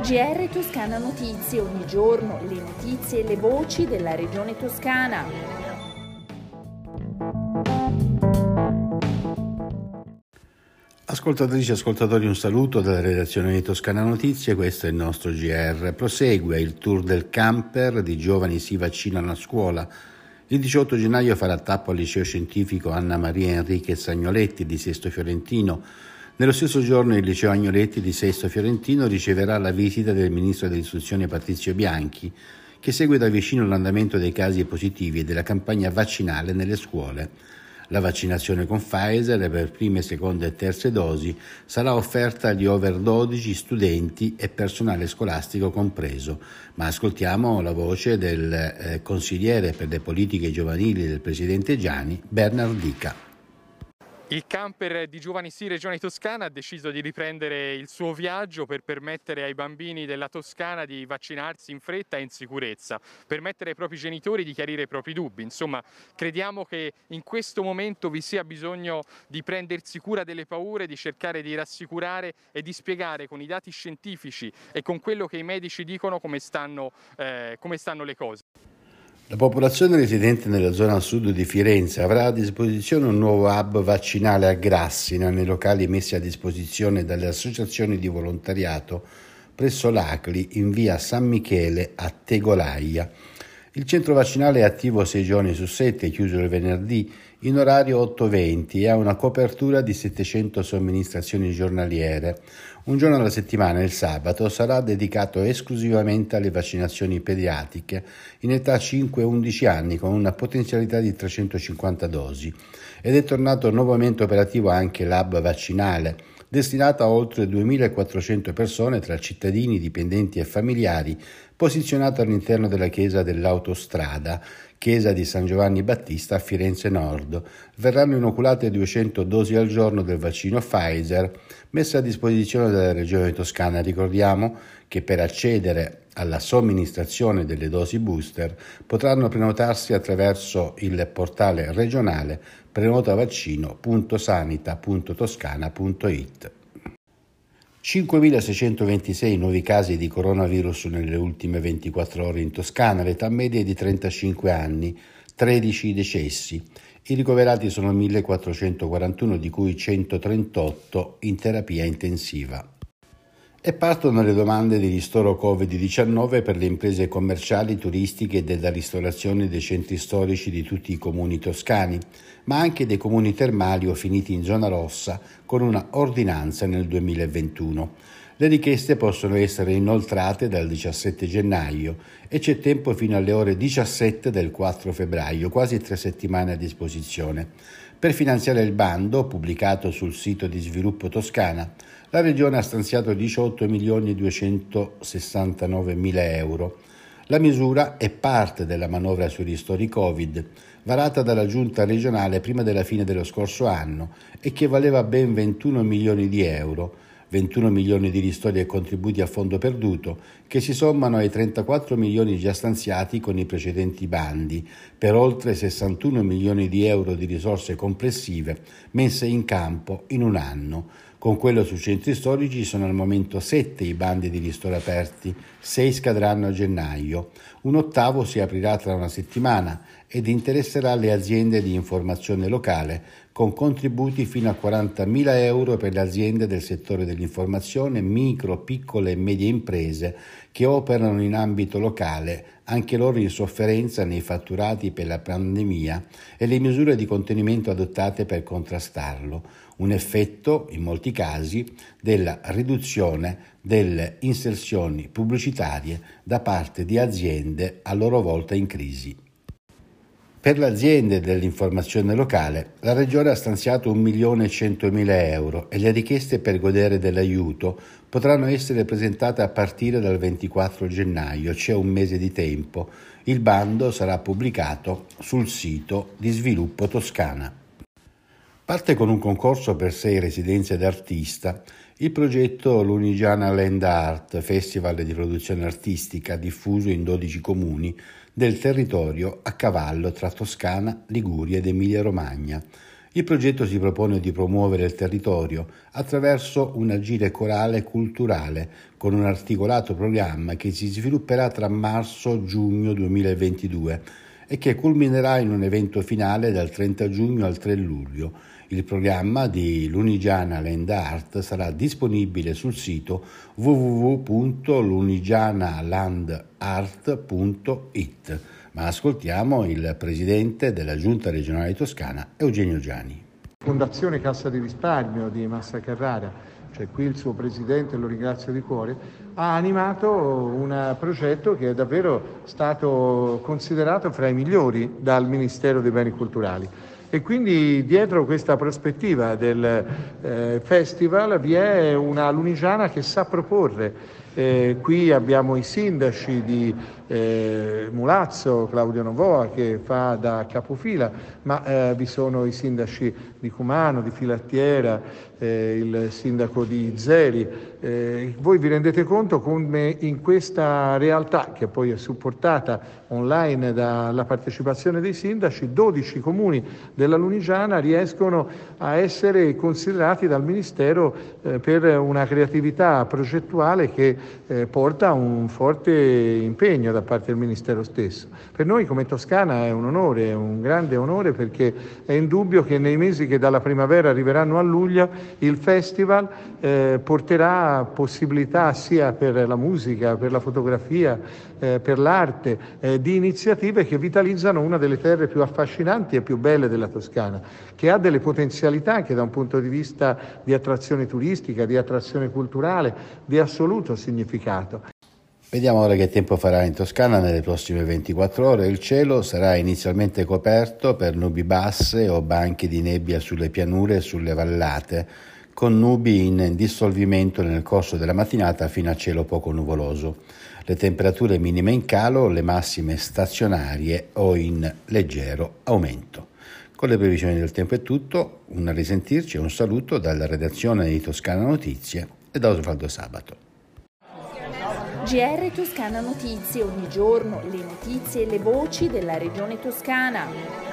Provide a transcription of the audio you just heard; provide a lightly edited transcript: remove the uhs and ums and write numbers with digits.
GR Toscana Notizie, ogni giorno le notizie e le voci della regione toscana. Ascoltatrici e ascoltatori, un saluto dalla redazione di Toscana Notizie, questo è il nostro GR. Prosegue il tour del camper di giovani si vaccinano a scuola. Il 18 gennaio farà tappo al liceo scientifico Anna Maria Enriquez Agnoletti di Sesto Fiorentino. Nello stesso giorno il liceo Agnoletti di Sesto Fiorentino riceverà la visita del ministro dell'istruzione Patrizio Bianchi, che segue da vicino l'andamento dei casi positivi e della campagna vaccinale nelle scuole. La vaccinazione con Pfizer per prime, seconde e terze dosi sarà offerta agli over 12 studenti e personale scolastico compreso. Ma ascoltiamo la voce del consigliere per le politiche giovanili del presidente Giani, Bernard Dica. Il camper di Giovani Sì Regione Toscana ha deciso di riprendere il suo viaggio per permettere ai bambini della Toscana di vaccinarsi in fretta e in sicurezza, permettere ai propri genitori di chiarire i propri dubbi. Insomma, crediamo che in questo momento vi sia bisogno di prendersi cura delle paure, di cercare di rassicurare e di spiegare con i dati scientifici e con quello che i medici dicono come stanno le cose. La popolazione residente nella zona sud di Firenze avrà a disposizione un nuovo hub vaccinale a Grassina nei locali messi a disposizione dalle associazioni di volontariato presso l'ACLI in via San Michele a Tegolaia. Il centro vaccinale è attivo 6 giorni su 7, chiuso il venerdì, in orario 8:20 e ha una copertura di 700 somministrazioni giornaliere. Un giorno alla settimana, il sabato, sarà dedicato esclusivamente alle vaccinazioni pediatriche in età 5-11 anni con una potenzialità di 350 dosi. Ed è tornato nuovamente operativo anche l'hub vaccinale, destinato a oltre 2.400 persone tra cittadini, dipendenti e familiari, posizionato all'interno della chiesa dell'Autostrada, chiesa di San Giovanni Battista a Firenze Nord. Verranno inoculate 200 dosi al giorno del vaccino Pfizer, messe a disposizione dalla Regione Toscana. Ricordiamo che per accedere alla somministrazione delle dosi booster potranno prenotarsi attraverso il portale regionale prenotavaccino.sanita.toscana.it. 5.626 nuovi casi di coronavirus nelle ultime 24 ore in Toscana, l'età media è di 35 anni, 13 decessi. I ricoverati sono 1.441, di cui 138 in terapia intensiva. E partono le domande di ristoro Covid-19 per le imprese commerciali, turistiche e della ristorazione dei centri storici di tutti i comuni toscani, ma anche dei comuni termali o finiti in zona rossa con una ordinanza nel 2021. Le richieste possono essere inoltrate dal 17 gennaio e c'è tempo fino alle ore 17 del 4 febbraio, quasi 3 settimane a disposizione. Per finanziare il bando, pubblicato sul sito di Sviluppo Toscana, la Regione ha stanziato 18.269.000 euro. La misura è parte della manovra sui ristori Covid, varata dalla Giunta regionale prima della fine dello scorso anno e che valeva ben 21 milioni di euro, 21 milioni di ristori e contributi a fondo perduto, che si sommano ai 34 milioni già stanziati con i precedenti bandi, per oltre 61 milioni di euro di risorse complessive messe in campo in un anno. Con quello sui centri storici sono al momento 7 i bandi di ristoro aperti, 6 scadranno a gennaio, un ottavo si aprirà tra una settimana ed interesserà le aziende di informazione locale con contributi fino a 40.000 euro per le aziende del settore dell'informazione, micro, piccole e medie imprese che operano in ambito locale, anche loro in sofferenza nei fatturati per la pandemia e le misure di contenimento adottate per contrastarlo, un effetto, in molti casi, della riduzione delle inserzioni pubblicitarie da parte di aziende a loro volta in crisi. Per le aziende dell'informazione locale, la Regione ha stanziato 1.100.000 euro e le richieste per godere dell'aiuto potranno essere presentate a partire dal 24 gennaio, c'è un mese di tempo. Il bando sarà pubblicato sul sito di Sviluppo Toscana. Parte con un concorso per 6 residenze d'artista il progetto Lunigiana Land Art, festival di produzione artistica diffuso in 12 comuni del territorio a cavallo tra Toscana, Liguria ed Emilia-Romagna. Il progetto si propone di promuovere il territorio attraverso un agire corale e culturale con un articolato programma che si svilupperà tra marzo e giugno 2022 e che culminerà in un evento finale dal 30 giugno al 3 luglio. Il programma di Lunigiana Land Art sarà disponibile sul sito www.lunigianalandart.it. Ma ascoltiamo il presidente della Giunta regionale toscana, Eugenio Giani. Fondazione Cassa di Risparmio di Massa Carrara, cioè qui il suo presidente, lo ringrazio di cuore, ha animato un progetto che è davvero stato considerato fra i migliori dal Ministero dei Beni Culturali. E quindi dietro questa prospettiva del festival vi è una Lunigiana che sa proporre. Qui abbiamo i sindaci di Mulazzo, Claudio Novoa, che fa da capofila, ma vi sono i sindaci di Cumano, di Filattiera, il sindaco di Zeri. Voi vi rendete conto come in questa realtà, che poi è supportata online dalla partecipazione dei sindaci, 12 comuni della Lunigiana riescono a essere considerati dal Ministero per una creatività progettuale che porta a un forte impegno da parte del Ministero stesso. Per noi come Toscana è un onore, è un grande onore, perché è indubbio che nei mesi che dalla primavera arriveranno a luglio il festival porterà possibilità sia per la musica, per la fotografia, per l'arte, di iniziative che vitalizzano una delle terre più affascinanti e più belle della Toscana, che ha delle potenzialità anche da un punto di vista di attrazione turistica, di attrazione culturale, di assoluto significato. Vediamo ora che tempo farà in Toscana nelle prossime 24 ore. Il cielo sarà inizialmente coperto per nubi basse o banchi di nebbia sulle pianure e sulle vallate, con nubi in dissolvimento nel corso della mattinata fino a cielo poco nuvoloso. Le temperature minime in calo, le massime stazionarie o in leggero aumento. Con le previsioni del tempo è tutto, un risentirci e un saluto dalla redazione di Toscana Notizie e da Osvaldo Sabato. GR Toscana Notizie, ogni giorno le notizie e le voci della regione toscana.